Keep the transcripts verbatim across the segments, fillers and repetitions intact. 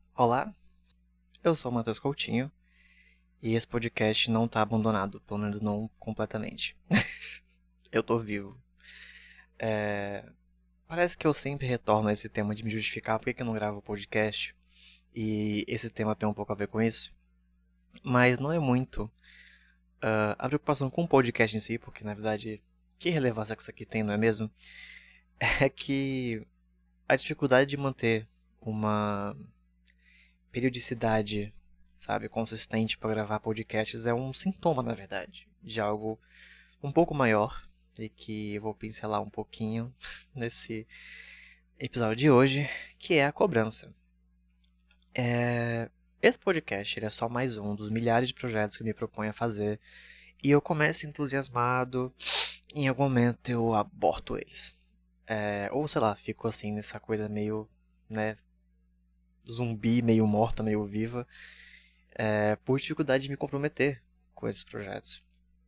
Olá, eu sou o Matheus Coutinho e esse podcast não tá abandonado, pelo menos não completamente. Eu tô vivo. É, Parece que eu sempre retorno a esse tema de me justificar por que que eu não gravo podcast e esse tema tem um pouco a ver com isso, mas não é muito ah, a preocupação com o podcast em si, porque na verdade, que relevância que isso aqui tem, não é mesmo? É que a dificuldade de manter uma periodicidade, sabe, consistente para gravar podcasts é um sintoma, na verdade, de algo um pouco maior e que eu vou pincelar um pouquinho nesse episódio de hoje, que é a cobrança. É... Esse podcast ele é só mais um dos milhares de projetos que eu me proponho a fazer e eu começo entusiasmado, e em algum momento eu aborto eles. É... Ou sei lá, fico assim nessa coisa meio, né, zumbi, meio morta, meio viva, é... por dificuldade de me comprometer com esses projetos.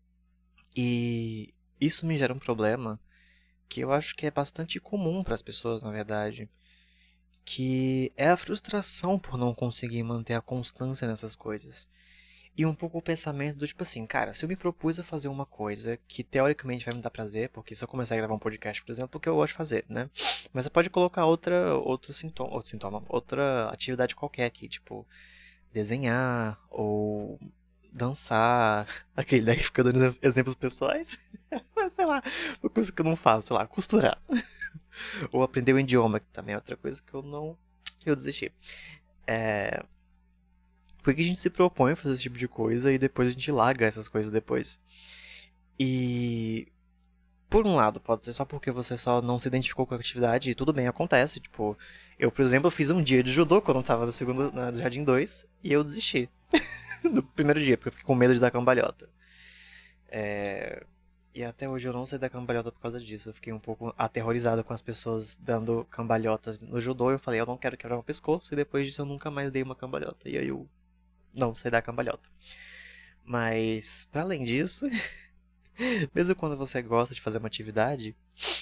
E isso me gera um problema que eu acho que é bastante comum para as pessoas, na verdade, que é a frustração por não conseguir manter a constância nessas coisas. E um pouco o pensamento do tipo assim, cara, se eu me propus a fazer uma coisa que teoricamente vai me dar prazer, porque se eu começar a gravar um podcast, por exemplo, porque eu gosto de fazer, né? Mas você pode colocar outra, outro sintoma, outro sintoma, outra atividade qualquer aqui, tipo desenhar ou dançar, aquele daí fica dando exemplos pessoais, mas sei lá, uma coisa que eu não faço, sei lá, costurar. Ou aprender o idioma, que também é outra coisa que eu não. Que eu desisti. É. Por que a gente se propõe a fazer esse tipo de coisa e depois a gente larga essas coisas depois? E. Por um lado, pode ser só porque você só não se identificou com a atividade e tudo bem, acontece. Tipo, eu, por exemplo, fiz um dia de judô quando eu tava no segundo, na Jardim dois e eu desisti. No primeiro dia, porque eu fiquei com medo de dar cambalhota. É. E até hoje eu não sei dar cambalhota por causa disso. Eu fiquei um pouco aterrorizado com as pessoas dando cambalhotas no judô. Eu falei, eu não quero quebrar o pescoço. E depois disso eu nunca mais dei uma cambalhota. E aí eu não sei dar cambalhota. Mas, para além disso, mesmo quando você gosta de fazer uma atividade,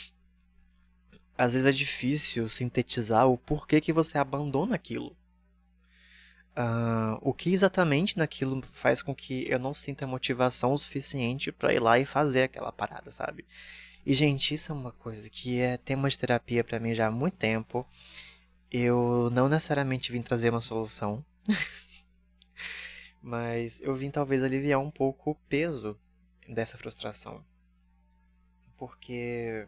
às vezes é difícil sintetizar o porquê que você abandona aquilo. Ah, o que exatamente naquilo faz com que eu não sinta motivação o suficiente para ir lá e fazer aquela parada, sabe? E, gente, isso é uma coisa que é tema de terapia pra mim já há muito tempo. Eu não necessariamente vim trazer uma solução, mas eu vim talvez aliviar um pouco o peso dessa frustração. Porque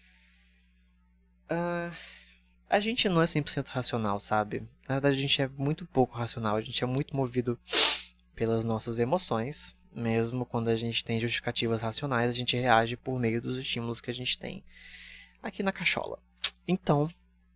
ah, a gente não é cem por cento racional, sabe? Na verdade, a gente é muito pouco racional. A gente é muito movido pelas nossas emoções. Mesmo quando a gente tem justificativas racionais, a gente reage por meio dos estímulos que a gente tem aqui na cachola. Então,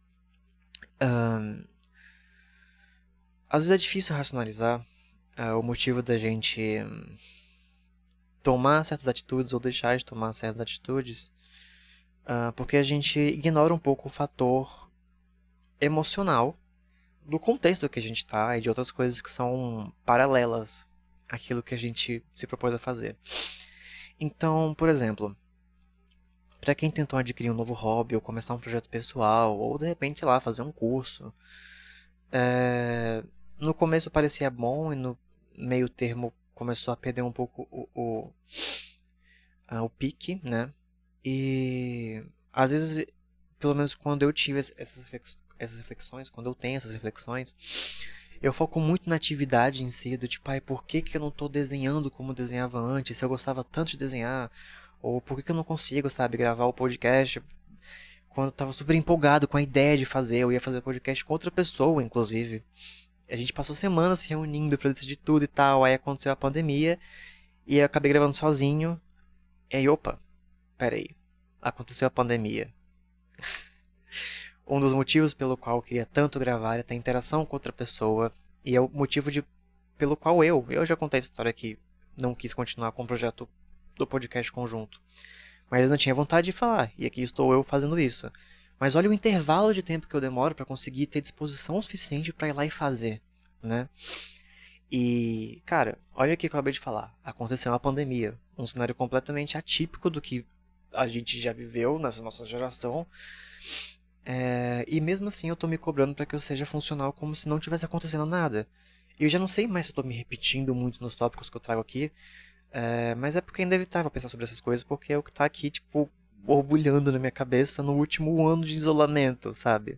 ahn, às vezes é difícil racionalizar ah, o motivo da gente hum, tomar certas atitudes ou deixar de tomar certas atitudes, ah, porque a gente ignora um pouco o fator emocional do contexto que a gente está e de outras coisas que são paralelas àquilo que a gente se propôs a fazer. Então, por exemplo, para quem tentou adquirir um novo hobby ou começar um projeto pessoal ou de repente, sei lá, fazer um curso, é, no começo parecia bom e no meio termo começou a perder um pouco o, o, a, o pique, né? E às vezes, pelo menos quando eu tive essas essas reflexões, quando eu tenho essas reflexões, eu foco muito na atividade em si, do tipo, ai, por que, que eu não estou desenhando como eu desenhava antes, se eu gostava tanto de desenhar, ou por que, que eu não consigo, sabe, gravar o podcast quando eu estava super empolgado com a ideia de fazer, eu ia fazer podcast com outra pessoa, inclusive. A gente passou semanas se reunindo para decidir tudo e tal, aí aconteceu a pandemia, e eu acabei gravando sozinho, e aí, opa, peraí, aconteceu a pandemia. Um dos motivos pelo qual eu queria tanto gravar é ter interação com outra pessoa. E é o motivo de, pelo qual eu, eu já contei essa história aqui, não quis continuar com o projeto do podcast conjunto. Mas eu não tinha vontade de falar, e aqui estou eu fazendo isso. Mas olha o intervalo de tempo que eu demoro para conseguir ter disposição suficiente para ir lá e fazer, né? E, cara, olha o que eu acabei de falar. Aconteceu uma pandemia, um cenário completamente atípico do que a gente já viveu nessa nossa geração. É, e mesmo assim eu tô me cobrando para que eu seja funcional como se não tivesse acontecendo nada. E eu já não sei mais se eu tô me repetindo muito nos tópicos que eu trago aqui, é, mas é porque é inevitável pensar sobre essas coisas, porque é o que tá aqui, tipo, borbulhando na minha cabeça no último ano de isolamento, sabe?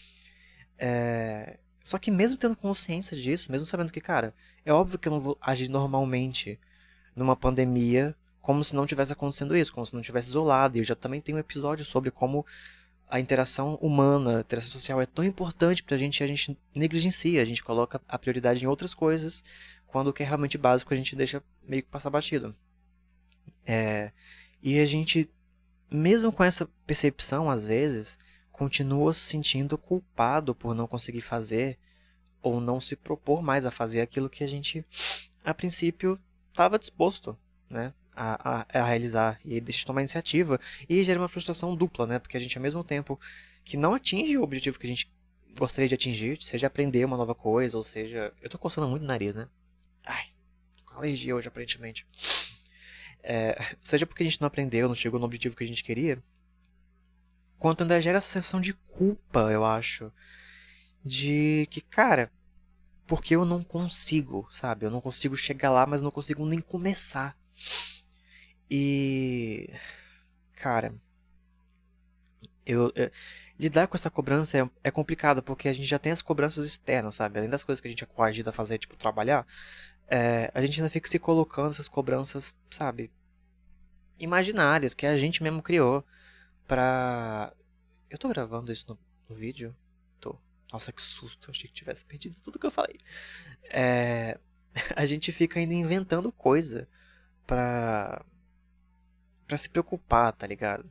É, só que mesmo tendo consciência disso, mesmo sabendo que, cara, é óbvio que eu não vou agir normalmente numa pandemia como se não tivesse acontecendo isso, como se não tivesse isolado. E eu já também tenho um episódio sobre como a interação humana, a interação social é tão importante pra gente, a gente negligencia, a gente coloca a prioridade em outras coisas, quando o que é realmente básico a gente deixa meio que passar batido. É, e a gente, mesmo com essa percepção, às vezes, continua se sentindo culpado por não conseguir fazer ou não se propor mais a fazer aquilo que a gente, a princípio, estava disposto, né, a, a, a realizar. E aí deixa de tomar iniciativa e gera uma frustração dupla, né, porque a gente, ao mesmo tempo que não atinge o objetivo que a gente gostaria de atingir, seja aprender uma nova coisa, ou seja... Eu tô coçando muito o nariz, né? Ai, tô com alergia hoje, aparentemente. É, seja porque a gente não aprendeu, não chegou no objetivo que a gente queria, quanto ainda gera essa sensação de culpa, eu acho. De que, cara, porque eu não consigo, sabe? Eu não consigo chegar lá, mas não consigo nem começar. E, cara, eu, eu- lidar com essa cobrança é, é complicado, porque a gente já tem as cobranças externas, sabe? Além das coisas que a gente é coagido a fazer, tipo, trabalhar, é, a gente ainda fica se colocando essas cobranças, sabe? Imaginárias, que a gente mesmo criou pra... Eu tô gravando isso no, no vídeo? Tô. Nossa, que susto. Achei que tivesse perdido tudo que eu falei. É, a gente fica ainda inventando coisa pra, pra se preocupar, tá ligado?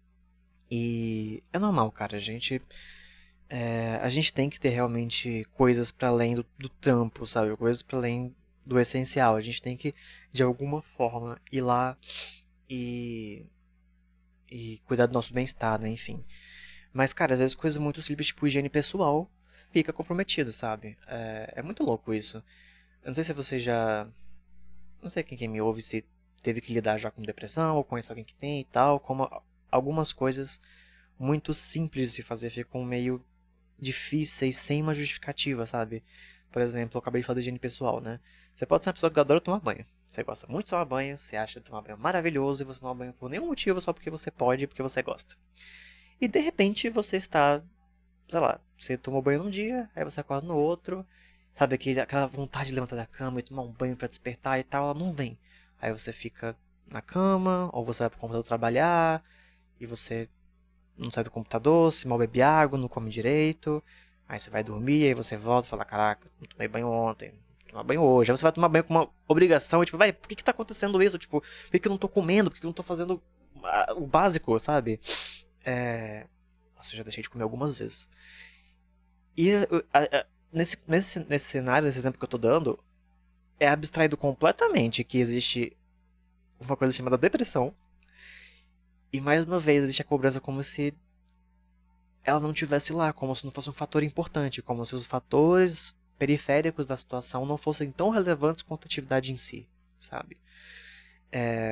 E é normal, cara. A gente, é, a gente tem que ter realmente coisas pra além do, do trampo, sabe? Coisas pra além do essencial. A gente tem que, de alguma forma, ir lá e, e cuidar do nosso bem-estar, né? Enfim. Mas, cara, às vezes coisas muito simples, tipo higiene pessoal, fica comprometido, sabe? É, é muito louco isso. Eu não sei se você já... Não sei quem, quem me ouve, se teve que lidar já com depressão, ou conhece alguém que tem e tal, como algumas coisas muito simples de se fazer ficam meio difíceis sem uma justificativa, sabe? Por exemplo, eu acabei de falar de higiene pessoal, né? Você pode ser uma pessoa que adora tomar banho. Você gosta muito de tomar banho, você acha tomar banho maravilhoso e você toma banho por nenhum motivo, só porque você pode e porque você gosta. E de repente você está, sei lá, você tomou banho num dia, aí você acorda no outro, sabe, aquele, aquela vontade de levantar da cama e tomar um banho pra despertar e tal, ela não vem. Aí você fica na cama, ou você vai pro computador trabalhar, e você não sai do computador, se mal bebe água, não come direito, aí você vai dormir, aí você volta e fala, caraca, não tomei banho ontem, vou tomar banho hoje. Aí você vai tomar banho com uma obrigação, e tipo, vai, por que que tá acontecendo isso? Tipo, por que que eu não tô comendo? Por que que eu não tô fazendo ah, o básico, sabe? É... Nossa, eu já deixei de comer algumas vezes. E a- a- nesse, nesse, nesse cenário, nesse exemplo que eu tô dando, é abstraído completamente que existe uma coisa chamada depressão. E mais uma vez existe a cobrança como se ela não tivesse lá, como se não fosse um fator importante, como se os fatores periféricos da situação não fossem tão relevantes quanto a atividade em si, sabe? É,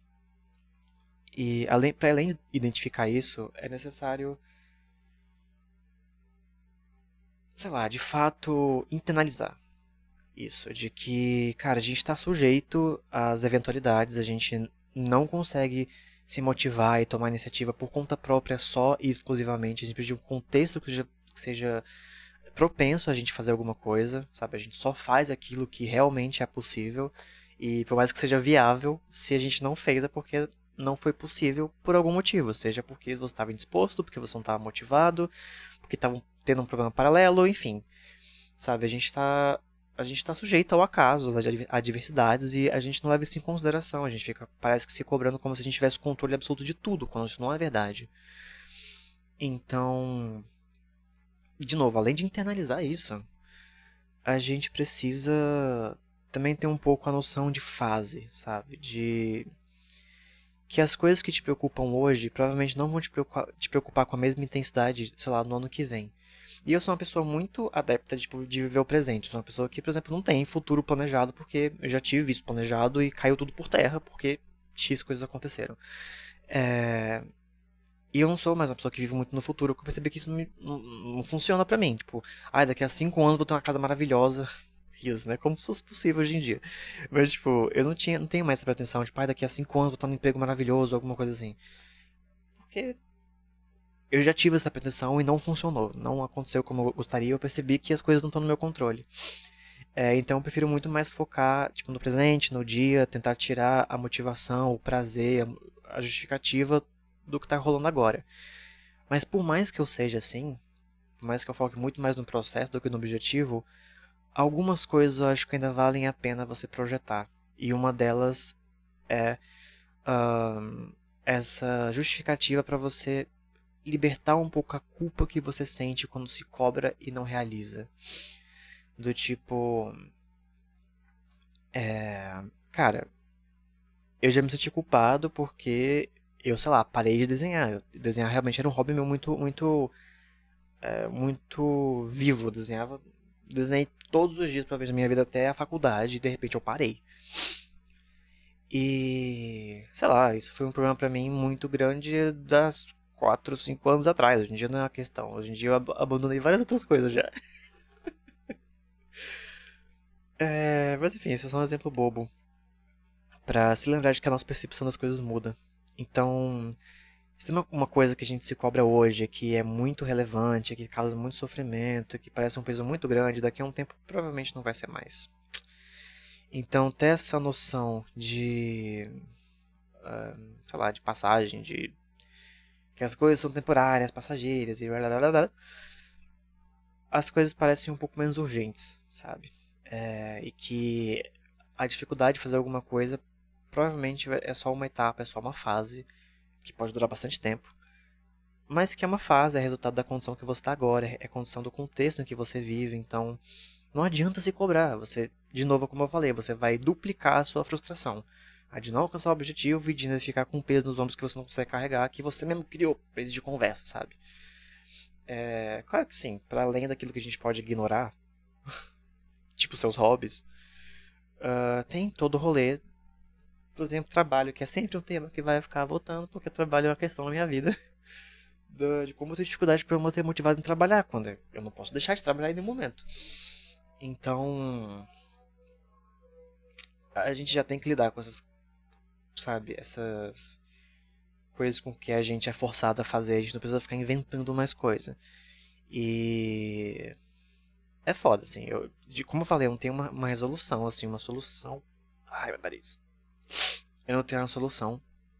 e além, para além de identificar isso, é necessário, sei lá, de fato internalizar isso, de que, cara, a gente está sujeito às eventualidades, a gente não consegue se motivar e tomar iniciativa por conta própria só e exclusivamente, a gente precisa de um contexto que seja, que seja propenso a gente fazer alguma coisa, sabe? A gente só faz aquilo que realmente é possível e por mais que seja viável, se a gente não fez é porque não foi possível por algum motivo, seja porque você estava indisposto, porque você não estava motivado, porque estavam tendo um programa paralelo, enfim. Sabe, a gente está a gente está sujeito ao acaso, às adversidades, e a gente não leva isso em consideração. A gente fica, parece que se cobrando como se a gente tivesse controle absoluto de tudo, quando isso não é verdade. Então, de novo, além de internalizar isso, a gente precisa também ter um pouco a noção de fase, sabe? De que as coisas que te preocupam hoje provavelmente não vão te preocupar, te preocupar com a mesma intensidade, sei lá, no ano que vem. E eu sou uma pessoa muito adepta tipo, de viver o presente. Eu sou uma pessoa que, por exemplo, não tem futuro planejado porque eu já tive isso planejado e caiu tudo por terra porque X coisas aconteceram. É... E eu não sou mais uma pessoa que vive muito no futuro, porque eu percebi que isso não, me- não- não funciona pra mim. Tipo, ai, daqui a cinco anos eu vou ter uma casa maravilhosa. Isso, né? Como se fosse possível hoje em dia. Mas, tipo, eu não tinha, não tenho mais essa pretensão. Tipo, ai, daqui a cinco anos eu vou estar num emprego maravilhoso, alguma coisa assim. Porque eu já tive essa pretensão e não funcionou. Não aconteceu como eu gostaria. Eu percebi que as coisas não estão no meu controle. É, então eu prefiro muito mais focar, tipo, no presente, no dia, tentar tirar a motivação, o prazer, a a justificativa do que tá rolando agora. Mas por mais que eu seja assim, por mais que eu foque muito mais no processo do que no objetivo, algumas coisas eu acho que ainda valem a pena você projetar. E uma delas é ahn, essa justificativa para você libertar um pouco a culpa que você sente quando se cobra e não realiza. Do tipo, é, cara, eu já me senti culpado porque eu, sei lá, parei de desenhar. Eu- desenhar realmente era um hobby meu muito, muito, é, muito vivo. Eu desenhava, desenhei todos os dias pra ver a minha vida até a faculdade e de repente eu parei. E, sei lá, isso foi um problema pra mim muito grande das quatro, cinco anos atrás. Hoje em dia não é uma questão. Hoje em dia eu ab- abandonei várias outras coisas já. É, mas enfim, esse é só um exemplo bobo pra se lembrar de que a nossa percepção das coisas muda. Então, se tem uma uma coisa que a gente se cobra hoje, que é muito relevante, que causa muito sofrimento, que parece um peso muito grande, daqui a um tempo provavelmente não vai ser mais. Então, ter essa noção de, ah, sei lá, de passagem, de que as coisas são temporárias, passageiras e blá blá blá blá, as coisas parecem um pouco menos urgentes, sabe? É, e que a dificuldade de fazer alguma coisa provavelmente é só uma etapa, é só uma fase que pode durar bastante tempo, mas que é uma fase, é resultado da condição que você está agora, é condição do contexto em que você vive, então não adianta se cobrar. Você, de novo, como eu falei, você vai duplicar a sua frustração. A de não alcançar o objetivo e de ainda ficar com um peso nos ombros que você não consegue carregar, que você mesmo criou, peso de conversa, sabe? É claro que sim, para além daquilo que a gente pode ignorar, tipo seus hobbies, ah, tem todo o rolê, por exemplo, trabalho, que é sempre um tema que vai ficar voltando, porque trabalho é uma questão na minha vida. Da- de como eu tenho dificuldade para eu me manter motivado em trabalhar, quando eu não posso deixar de trabalhar em nenhum momento. Então, a gente já tem que lidar com essas, sabe, essas coisas com que a gente é forçado a fazer, a gente não precisa ficar inventando mais coisa. E é foda, assim, eu, de, como eu falei, eu não tenho uma, uma resolução, assim, uma solução. Ai, meu nariz. Eu não tenho uma solução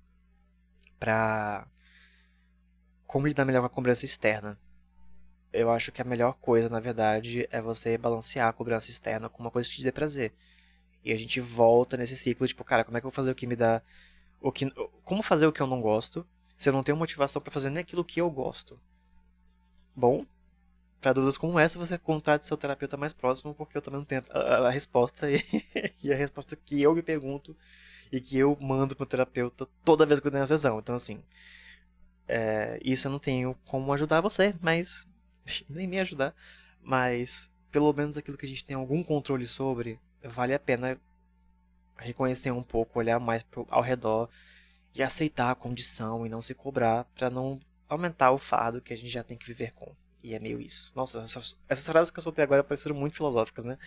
pra como lidar melhor com a cobrança externa. Eu acho que a melhor coisa, na verdade, é você balancear a cobrança externa com uma coisa que te dê prazer. E a gente volta nesse ciclo, tipo, cara, como é que eu vou fazer o que me dá. O que, como fazer o que eu não gosto se eu não tenho motivação pra fazer nem aquilo que eu gosto? Bom, pra dúvidas como essa, você contate seu terapeuta mais próximo, porque eu também não tenho a, a- a resposta e, e a resposta que eu me pergunto e que eu mando pro terapeuta toda vez que eu tenho a sessão. Então, assim, é, isso eu não tenho como ajudar você, mas. Nem me ajudar, mas pelo menos aquilo que a gente tem algum controle sobre, vale a pena reconhecer um pouco, olhar mais pro, ao redor e aceitar a condição e não se cobrar para não aumentar o fardo que a gente já tem que viver com. E é meio isso. Nossa, essas, essas frases que eu soltei agora pareceram muito filosóficas, né?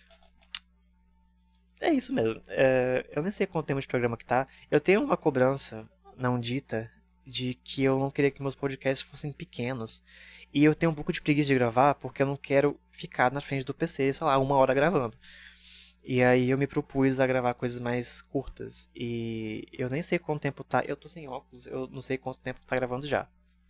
É isso mesmo. É, eu nem sei quanto tempo de programa que tá. Eu tenho uma cobrança não dita de que eu não queria que meus podcasts fossem pequenos. E eu tenho um pouco de preguiça de gravar porque eu não quero ficar na frente do P C, sei lá, uma hora gravando. E aí eu me propus a gravar coisas mais curtas. E eu nem sei quanto tempo tá. Eu tô sem óculos, eu não sei quanto tempo tá gravando já.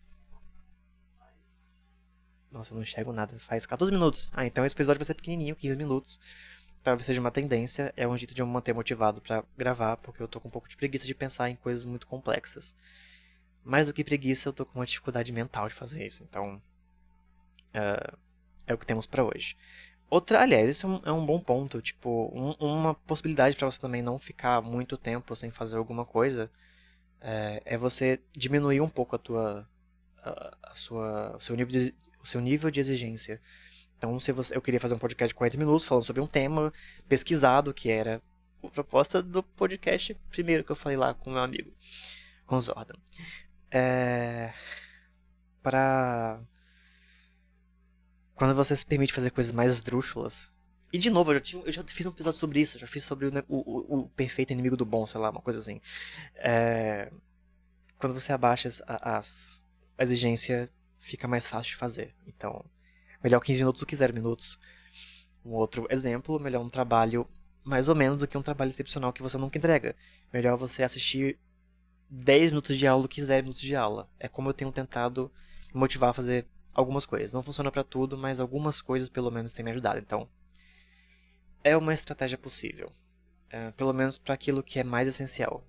Nossa, eu não enxergo nada. Faz quatorze minutos. Ah, então esse episódio vai ser pequenininho, quinze minutos. Talvez seja uma tendência, é um jeito de eu me manter motivado pra gravar, porque eu tô com um pouco de preguiça de pensar em coisas muito complexas. Mais do que preguiça, eu tô com uma dificuldade mental de fazer isso. Então, é o que temos pra hoje. Outra, aliás, isso é um, é um bom ponto. Tipo, um- uma possibilidade pra você também não ficar muito tempo sem fazer alguma coisa é, é você diminuir um pouco a tua, a, a sua, o seu nível de, o seu nível de exigência. Então, se você, eu queria fazer um podcast de quarenta minutos falando sobre um tema pesquisado, que era a proposta do podcast primeiro que eu falei lá com o meu amigo, com o Zordan. é... pra... Quando você se permite fazer coisas mais esdrúxulas. E de novo, eu já, tive, eu já fiz um episódio sobre isso, eu já fiz sobre o, o, o perfeito inimigo do bom, sei lá, uma coisa assim. É... Quando você abaixa as, as, a exigência, fica mais fácil de fazer. Então, melhor quinze minutos do que zero minutos. Um outro exemplo, melhor um trabalho mais ou menos do que um trabalho excepcional que você nunca entrega. Melhor você assistir dez minutos de aula do que zero minutos de aula. É como eu tenho tentado me motivar a fazer algumas coisas. Não funciona pra tudo, mas algumas coisas pelo menos têm me ajudado. Então, é uma estratégia possível. É, pelo menos para aquilo que é mais essencial.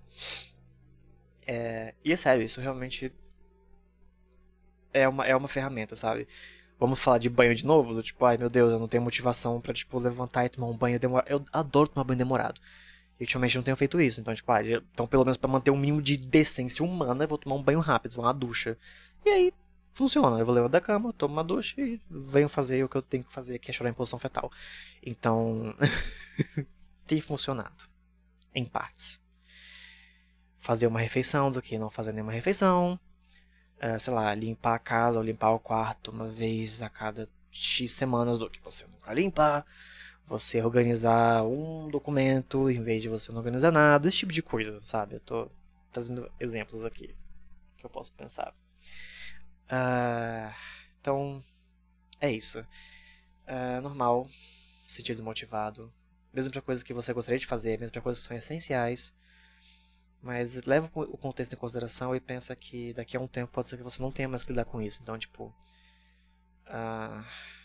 É, e é sério, isso realmente é uma, é uma ferramenta, sabe? Vamos falar de banho de novo? Do tipo, ai meu Deus, eu não tenho motivação pra, tipo, levantar e tomar um banho demorado. Eu adoro tomar banho demorado. E ultimamente não tenho feito isso. Então, tipo, ah, então pelo menos pra manter um mínimo de decência humana, eu vou tomar um banho rápido, uma ducha. E aí, funciona. Eu vou levar da cama, tomo uma ducha e venho fazer o que eu tenho que fazer, que é chorar em posição fetal. Então, tem funcionado. Em partes. Fazer uma refeição do que não fazer nenhuma refeição. Uh, sei lá, limpar a casa ou limpar o quarto uma vez a cada X semanas do que você nunca limpar. Você organizar um documento em vez de você não organizar nada. Esse tipo de coisa, sabe? Eu tô trazendo exemplos aqui que eu posso pensar. Uh, então, é isso. Uh, normal se sentir desmotivado. Mesmo para coisas que você gostaria de fazer, mesmo para coisas que são essenciais. Mas leva o contexto em consideração e pensa que daqui a um tempo pode ser que você não tenha mais que lidar com isso. Então, tipo... Uh...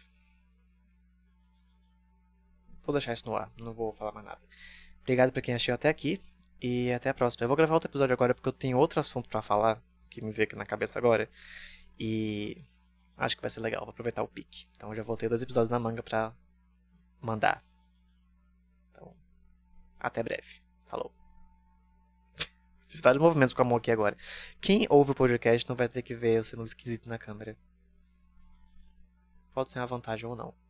Vou deixar isso no ar, não vou falar mais nada. Obrigado pra quem assistiu até aqui e até a próxima. Eu vou gravar outro episódio agora porque eu tenho outro assunto pra falar que me veio aqui na cabeça agora. E acho que vai ser legal, vou aproveitar o pique. Então eu já voltei dois episódios na manga pra mandar. Então, até breve. Falou. Fiz vários movimentos com a mão aqui agora. Quem ouve o podcast não vai ter que ver eu sendo esquisito na câmera. Pode ser uma vantagem ou não.